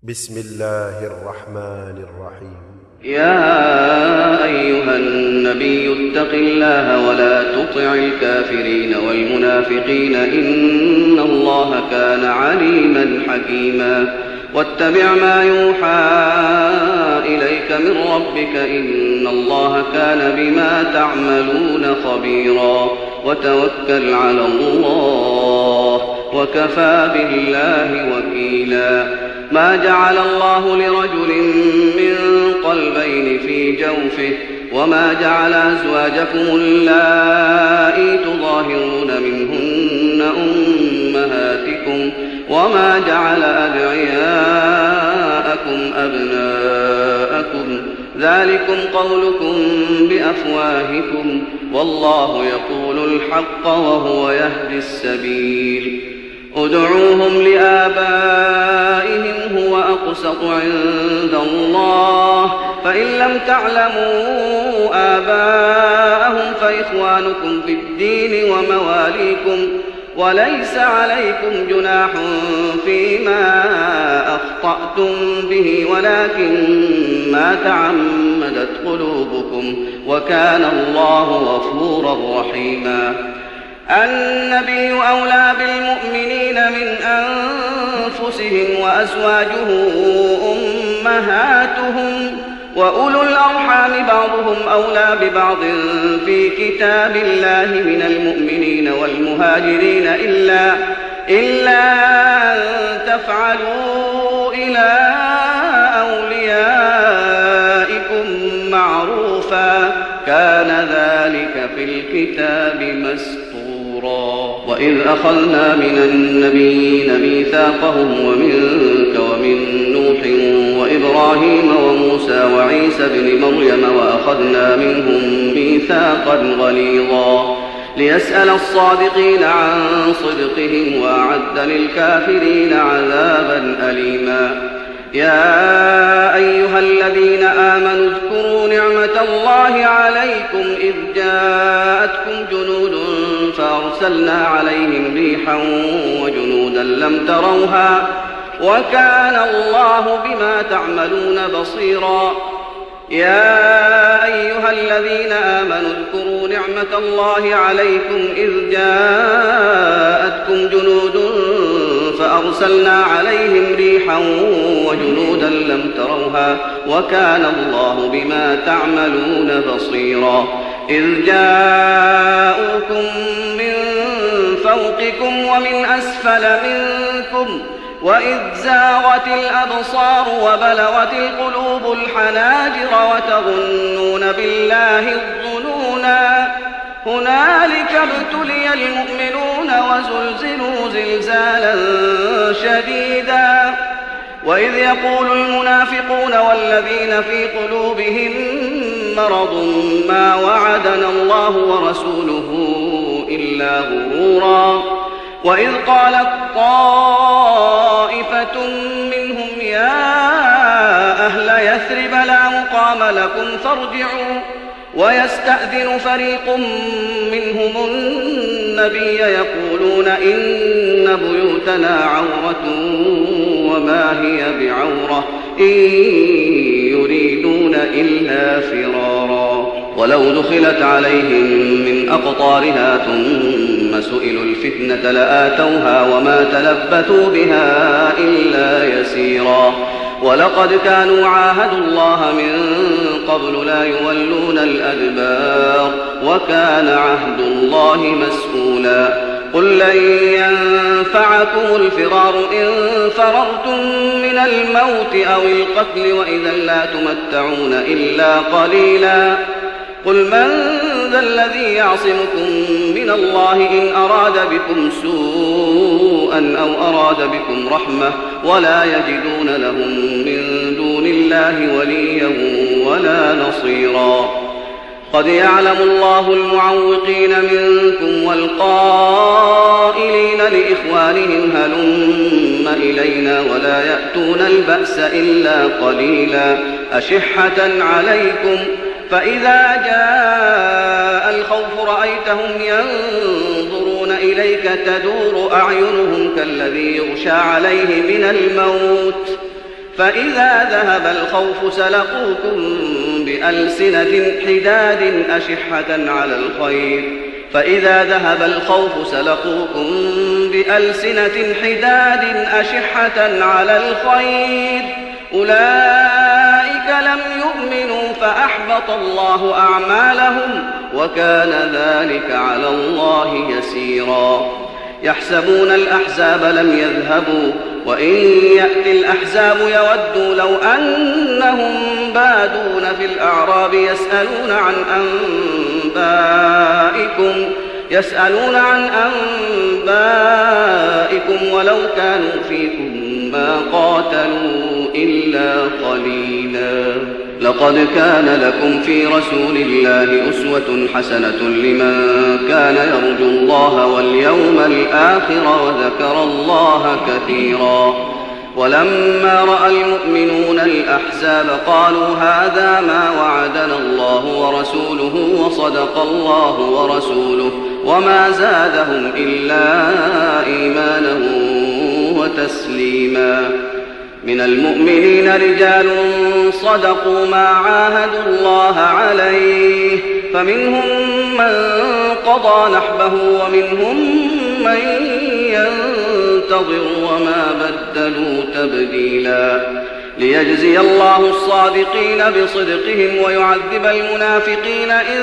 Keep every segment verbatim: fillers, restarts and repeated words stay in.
بسم الله الرحمن الرحيم. يا أيها النبي اتق الله ولا تطع الكافرين والمنافقين إن الله كان عليما حكيما واتبع ما يوحى إليك من ربك إن الله كان بما تعملون خبيرا وتوكل على الله وكفى بالله وكيلا. ما جعل الله لرجل من قلبين في جوفه وما جعل أزواجكم اللائي تظاهرون منهن أمهاتكم وما جعل أدعياءكم أبناءكم ذلكم قولكم بأفواهكم والله يقول الحق وهو يهدي السبيل. ادعوهم لآبائهم هو أقسط عند الله فإن لم تعلموا آباءهم فإخوانكم في الدين ومواليكم وليس عليكم جناح فيما أخطأتم به ولكن ما تعمدت قلوبكم وكان الله غفورا رحيما. النبي أولى بالمؤمنين من أنفسهم وأزواجه أمهاتهم وأولو الأرحام بعضهم أولى ببعض في كتاب الله من المؤمنين والمهاجرين إلا, إلا أن تفعلوا إلى أوليائكم معروفا كان ذلك في الكتاب مسطورا. وإذ أخذنا من النبيين ميثاقهم ومنك ومن نوح وإبراهيم وموسى وعيسى بن مريم وأخذنا منهم ميثاقا غليظا ليسأل الصادقين عن صدقهم وأعد للكافرين عذابا أليما. يا أيها الذين آمنوا اذكروا نعمة الله عليكم إذ جاءتكم جنود فأرسلنا عليهم ريحا وجنودا لم تروها وكان الله بما تعملون بصيرا. يا أيها الذين آمنوا اذكروا نعمة الله عليكم إذ جاءتكم جنود فأرسلنا عليهم ريحا وجنودا لم تروها وكان الله بما تعملون بصيرا. إذ جاءوكم من فوقكم ومن أسفل منكم وإذ زاغت الأبصار وبلغت القلوب الحناجر وتظنون بالله الظنونا هنالك ابتلي المؤمنون وزلزلوا زلزالا شديدا. وإذ يقول المنافقون والذين في قلوبهم مرض ما وعدنا الله ورسوله إلا غرورا. وإذ قالت طائفة منهم يا أهل يثرب لا مقام لكم فارجعوا ويستأذن فريق منهم النبي يقولون إن بيوتنا عورة وما هي بعورة إن يريدون إلا فرارا. ولو دخلت عليهم من أقطارها ثم سئلوا الفتنة لآتوها وما تلبثوا بها إلا يسيرا. ولقد كانوا عاهدوا الله من قبل لا يولون الأدبار وكان عهد الله مسؤولا. قل لن ينفعكم الفرار إن فررتم من الموت أو القتل وإذا لا تمتعون إلا قليلا. قل من ذا الذي يعصمكم من الله إن أراد بكم سوءا أو أراد بكم رحمة ولا يجدون لهم من دون الله وليا ولا نصيرا. قد يعلم الله المعوقين منكم والقائلين لإخوانهم هلم إلينا ولا يأتون البأس إلا قليلا أشحة عليكم فإذا جاء الخوف رأيتهم ينظرون إليك تدور أعينهم كالذي يغشى عليه من الموت فإذا ذهب الخوف سلقوكم بألسنة حداد أشحة على الخير فإذا ذهب الخوف سلقوكم بألسنة حداد أشحة على الخير أولئك لم يؤمنوا فأحبط الله أعمالهم وكان ذلك على الله يسيرا يحسبون الأحزاب لم يذهبوا وإن يأتي الأحزاب يودوا لو أنهم بادون في الأعراب يسألون عن أنبائكم يسألون عن أنبائكم ولو كانوا فيكم ما قاتلوا إلا قليلا لقد كان لكم في رسول الله أسوة حسنة لمن كان يرجو الله واليوم الآخر وذكر الله كثيرا ولما رأى المؤمنون الأحزاب قالوا هذا ما وعدنا الله ورسوله وصدق الله ورسوله وما زادهم إلا إيمانا وتسليما من المؤمنين رجال صدقوا ما عاهدوا الله عليه فمنهم من قضى نحبه ومنهم من ينتظر وما بدلوا تبديلا ليجزي الله الصادقين بصدقهم ويعذب المنافقين إن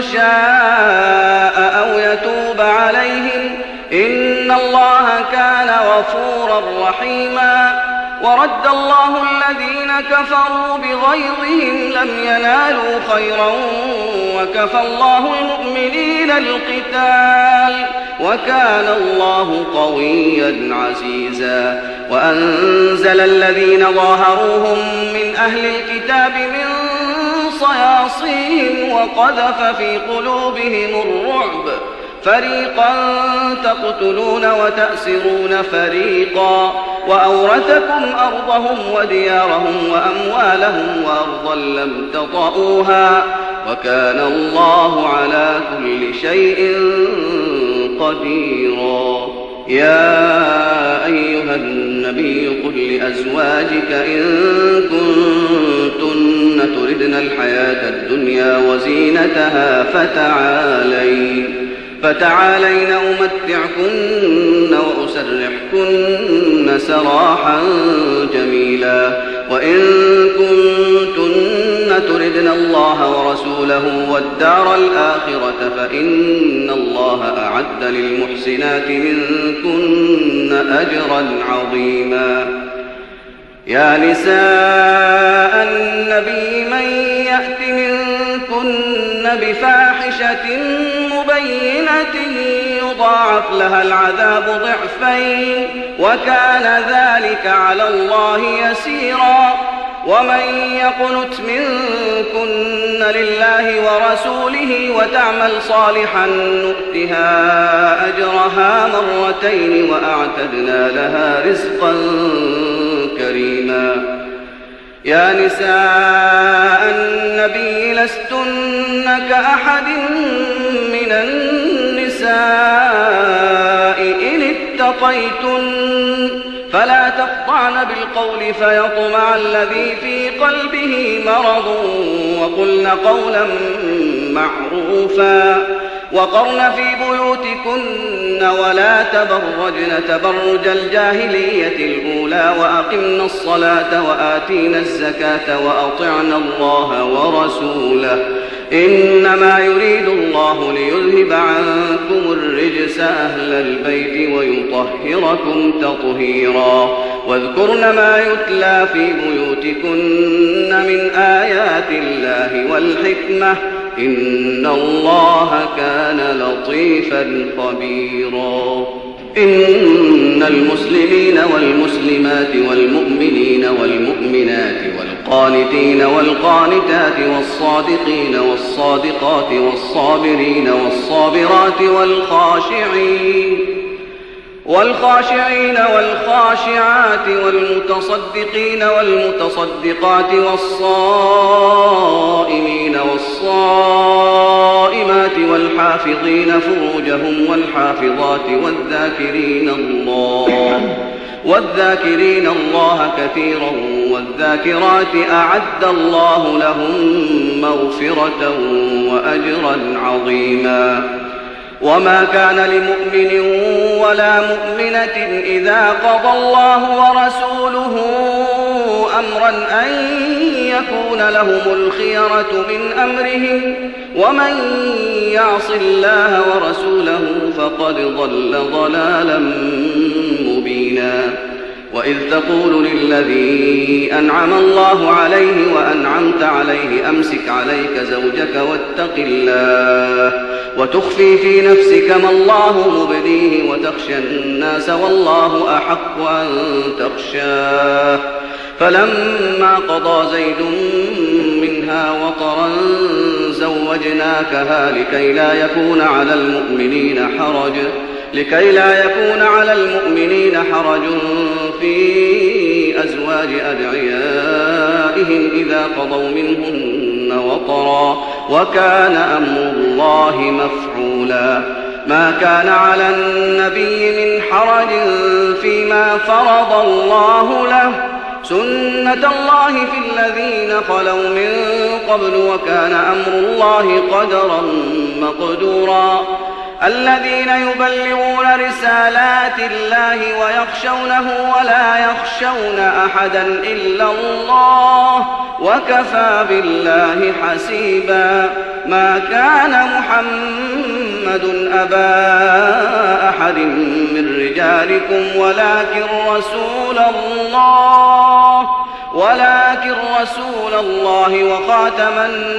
شاء أو يتوب عليهم إن الله كان غفورا رحيما ورد الله الذين كفروا بغيظهم لم ينالوا خيرا وكفى الله المؤمنين القتال وكان الله قويا عزيزا وأنزل الذين ظاهروهم من أهل الكتاب من صياصيهم وقذف في قلوبهم الرعب فريقا تقتلون وتأسرون فريقا وأورثكم أرضهم وديارهم وأموالهم وأرضا لم تطئوها وكان الله على كل شيء قديرا يا أيها النبي قل لأزواجك إن كنتن تردن الحياة الدنيا وزينتها فتعالين فتعالين أمتعكن وأسرحكن سراحا جميلا وإن كنتن تردن الله ورسوله والدار الآخرة فإن الله أعد للمحسنات منكن أجرا عظيما يا نساء النبي من يأت منكن بفاحشة مبينة يضاعف لها العذاب ضعفين وكان ذلك على الله يسيرا ومن يقنت منكن لله ورسوله وتعمل صالحا نؤتها أجرها مرتين وأعتدنا لها رزقا كريما يا نساء النبي لستن كأحد من النساء إن اتقيتن فلا تخضعن بالقول فيطمع الذي في قلبه مرض وقلن قولا معروفا وقرن في بيوتكن ولا تبرجن تبرج الجاهلية الأولى وأقمن الصلاة وآتينا الزكاة وأطعنا الله ورسوله إنما يريد الله ليذهب عنكم الرجس أهل البيت ويطهركم تطهيرا واذكرن ما يتلى في بيوتكن من آيات الله والحكمة إن الله كان لطيفا خبيرا إن المسلمين والمسلمات والمؤمنين والمؤمنات والقانتين والقانتات والصادقين والصادقات والصابرين والصابرات والخاشعين والخاشعين والخاشعات والمتصدقين والمتصدقات والصائمين والصائمات والحافظين فروجهم والحافظات والذاكرين الله والذاكرين الله كثيرا والذاكرات أعد الله لهم مغفرة وأجرا عظيما. وما كان لمؤمن ولا مؤمنة إذا قضى الله ورسوله أمرا أن يكون لهم الخيرة من أمرهم ومن يعص الله ورسوله فقد ضل ضلالا مبينا. وإذ تقول للذي أنعم الله عليه وأنعمت عليه أمسك عليك زوجك واتق الله وتخفي في نفسك ما الله مبديه وتخشى الناس والله أحق أن تخشاه. فلما قضى زيد منها وطرا زوجناكها لكي لا يكون على المؤمنين حرج لكي لا يكون على المؤمنين حرج في أزواج أدعيائهم إذا قضوا منهن وطرا وكان أمر الله مفعولا. ما كان على النبي من حرج فيما فرض الله له سنة الله في الذين خلوا من قبل وكان أمر الله قدرا مقدورا. الذين يبلغون رسالات الله ويخشونه ولا يخشون أحدا إلا الله وكفى بالله حسيبا. ما كان محمد أبا أحد من رجالكم ولكن رسول الله ولكن رسول الله وخاتم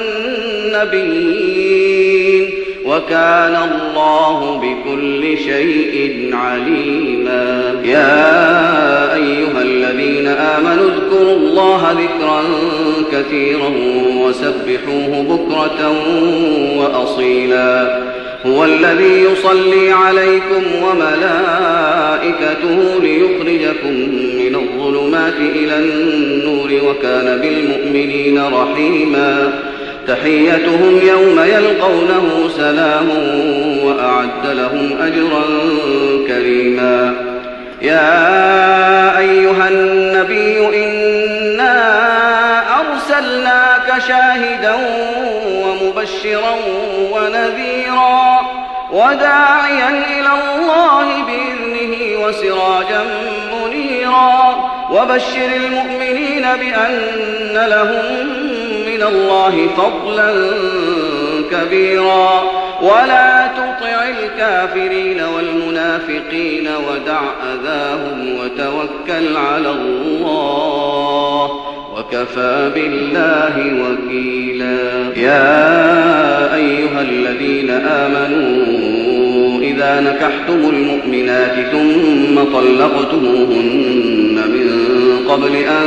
النبيين وكان الله بكل شيء عليما. يا أيها الذين آمنوا اذكروا الله ذكرا كثيرا وسبحوه بكرة وأصيلا. هو الذي يصلي عليكم وملائكته ليخرجكم من الظلمات إلى النور وكان بالمؤمنين رحيما. تحيتهم يوم يلقونه سلام وأعد لهم أجرا كريما. يا أيها النبي إنا أرسلناك شاهدا ومبشرا ونذيرا وداعيا إلى الله بإذنه وسراجا منيرا. وبشر المؤمنين بأن لهم من الله فضلا كبيرا. ولا تطع الكافرين والمنافقين ودع أذاهم وتوكل على الله وكفى بالله وكيلا. يا أيها الذين آمنوا إذا نكحتم المؤمنات ثم طلقتموهن من قبل أن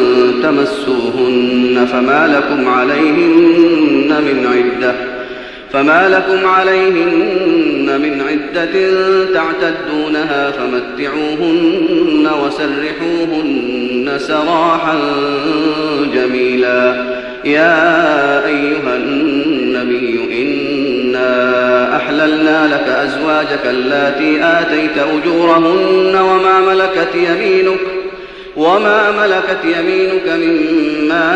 تمسوهن فما لكم عليهن من عدة فما لكم عليهن من عدة تعتدونها فمتعوهن وسرحوهن سراحا جميلا. يا أيها النبي إنا أحللنا لك أزواجك اللاتي آتيت أجورهن وما ملكت يمينك وما ملكت يمينك مما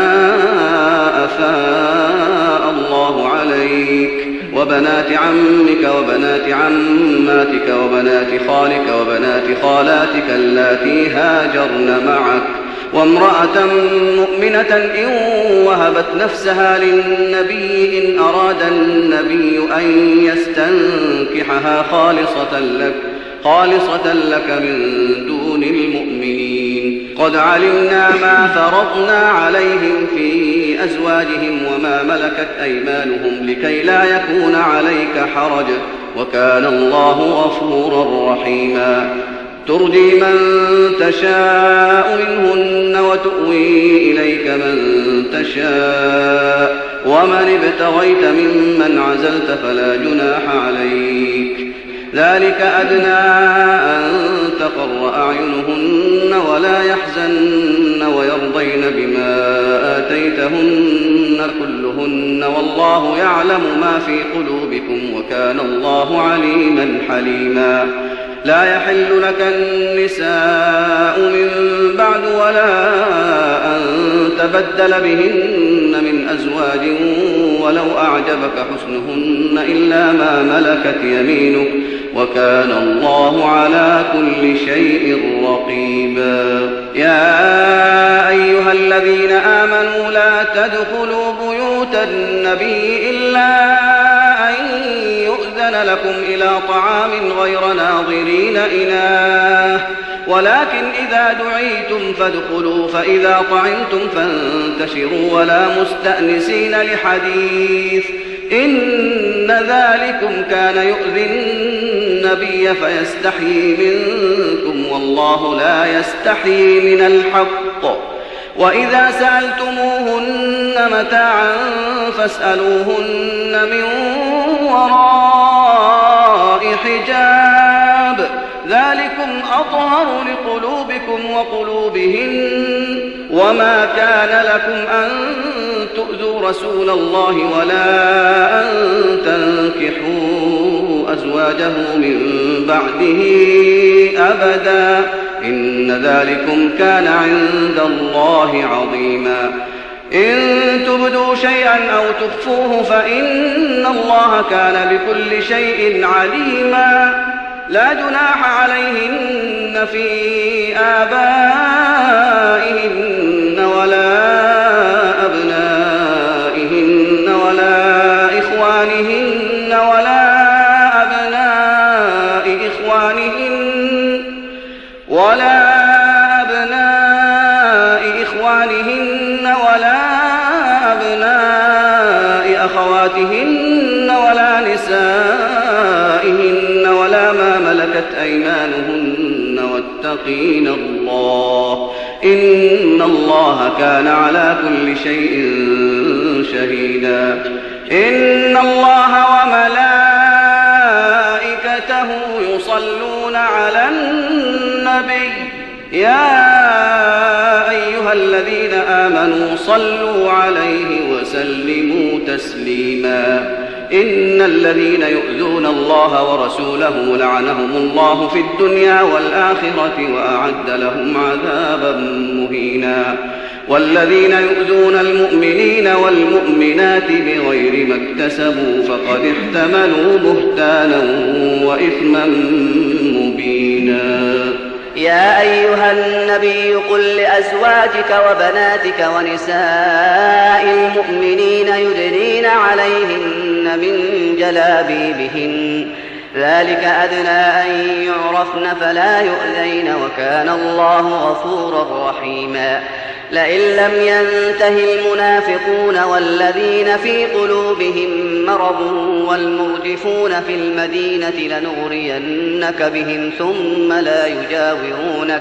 أفاء الله عليك وبنات عمك وبنات عماتك وبنات خالك وبنات خالاتك اللاتي هاجرن معك وامرأة مؤمنة إن وهبت نفسها للنبي إن أراد النبي أن يستنكحها خالصة لك خالصة لك من دون المؤمنين. قد علمنا ما فرضنا عليهم في أزواجهم وما ملكت أيمانهم لكي لا يكون عليك حرج وكان الله غفورا رحيما. ترجي من تشاء منهن وتؤوي إليك من تشاء ومن ابتغيت ممن عزلت فلا جناح عليك. ذلك أدنى أن تقر أعينهن ولا يحزن ويرضين بما آتيتهن كلهن والله يعلم ما في قلوبكم وكان الله عليما حليما. لا يحل لك النساء من بعد ولا أن تبدل بهن من أزواج ولو أعجبك حسنهن إلا ما ملكت يمينك وكان الله على كل شيء رقيبا. يا أيها الذين آمنوا لا تدخلوا بيوت النبي إلا أن يؤذن لكم إلى طعام غير ناظرين إناه ولكن إذا دعيتم فادخلوا فإذا طعمتم فانتشروا ولا مستأنسين لحديث إن ذلكم كان يؤذي النبي فيستحيي منكم والله لا يستحيي من الحق. وإذا سألتموهن متاعا فاسألوهن من وراء حجاب ذلكم أطهر لقلوبكم وقلوبهن وما كان لكم أن تؤذوا رسول الله ولا أن تنكحوا أزواجه من بعده أبدا إن ذلكم كان عند الله عظيما. إن تبدوا شيئا أو تخفوه فإن الله كان بكل شيء عليما. لا جناح عليهن في آبائهن ولا أبنائهن ولا إخوانهن ولا أبناء إخوانهن ولا أبناء إخوانهن ولا أبناء أخواتهن ولا نسائهن ولا ما ملكت أيمانهن واتقين الله إن الله كان على كل شيء شهيدا. إن الله وملائكته يصلون على النبي يا أيها الذين آمنوا صلوا عليه وسلموا تسليما. إن الذين يؤذون الله ورسوله لعنهم الله في الدنيا والآخرة وأعد لهم عذابا مهينا. والذين يؤذون المؤمنين والمؤمنات بغير ما اكتسبوا فقد احتملوا بهتانا وإثما مبينا. يا أيها النبي قل لأزواجك وبناتك ونساء المؤمنين يدنين عليهن من جلابيبهن ذلك أدنى أن يعرفن فلا يؤذين وكان الله غفورا رحيما. لئن لم ينته المنافقون والذين في قلوبهم مرض والمرجفون في المدينة لنغرينك بهم ثم لا يجاورونك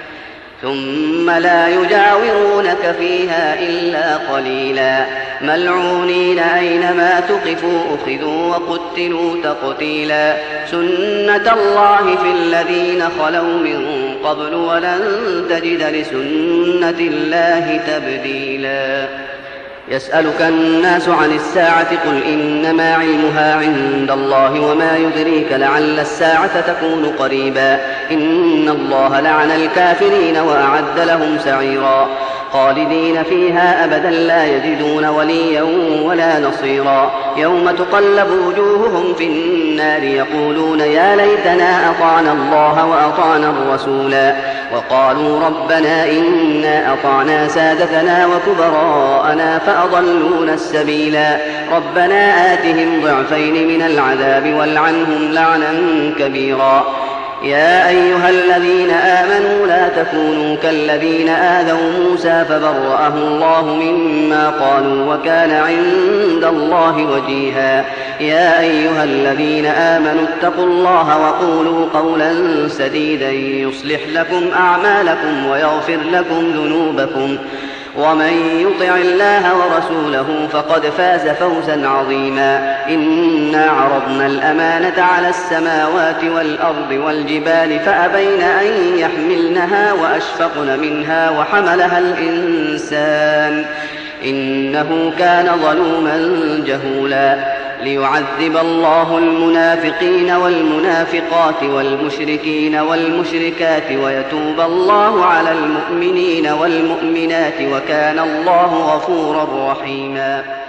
ثم لا يجاورونك فيها إلا قليلا ملعونين أينما تقفوا أخذوا وقتلوا تقتيلا. سنة الله في الذين خلوا من قبل ولن تجد لسنة الله تبديلا. يسألك الناس عن الساعة قل إنما علمها عند الله وما يدريك لعل الساعة تكون قريبا. إن الله لعن الكافرين وأعد لهم سعيرا خالدين فيها أبدا لا يجدون وليا ولا نصيرا. يوم تقلب وجوههم في النار يقولون يا ليتنا أطعنا الله وأطعنا الرسولا وقالوا ربنا إنا أطعنا سادتنا وكبراءنا فأضلونا السبيلا. ربنا آتهم ضعفين من العذاب والعنهم لعنا كبيرا. يا أيها الذين آمنوا لا تكونوا كالذين آذوا موسى فبرأه الله مما قالوا وكان عند الله وجيها. يا أيها الذين آمنوا اتقوا الله وقولوا قولا سديدا يصلح لكم أعمالكم ويغفر لكم ذنوبكم ومن يطع الله ورسوله فقد فاز فوزا عظيما. إنا عرضنا الأمانة على السماوات والأرض والجبال فأبين أن يحملنها وأشفقن منها وحملها الإنسان إنه كان ظلوما جهولا. ليعذب الله المنافقين والمنافقات والمشركين والمشركات ويتوب الله على المؤمنين والمؤمنات وكان الله غفورا رحيما.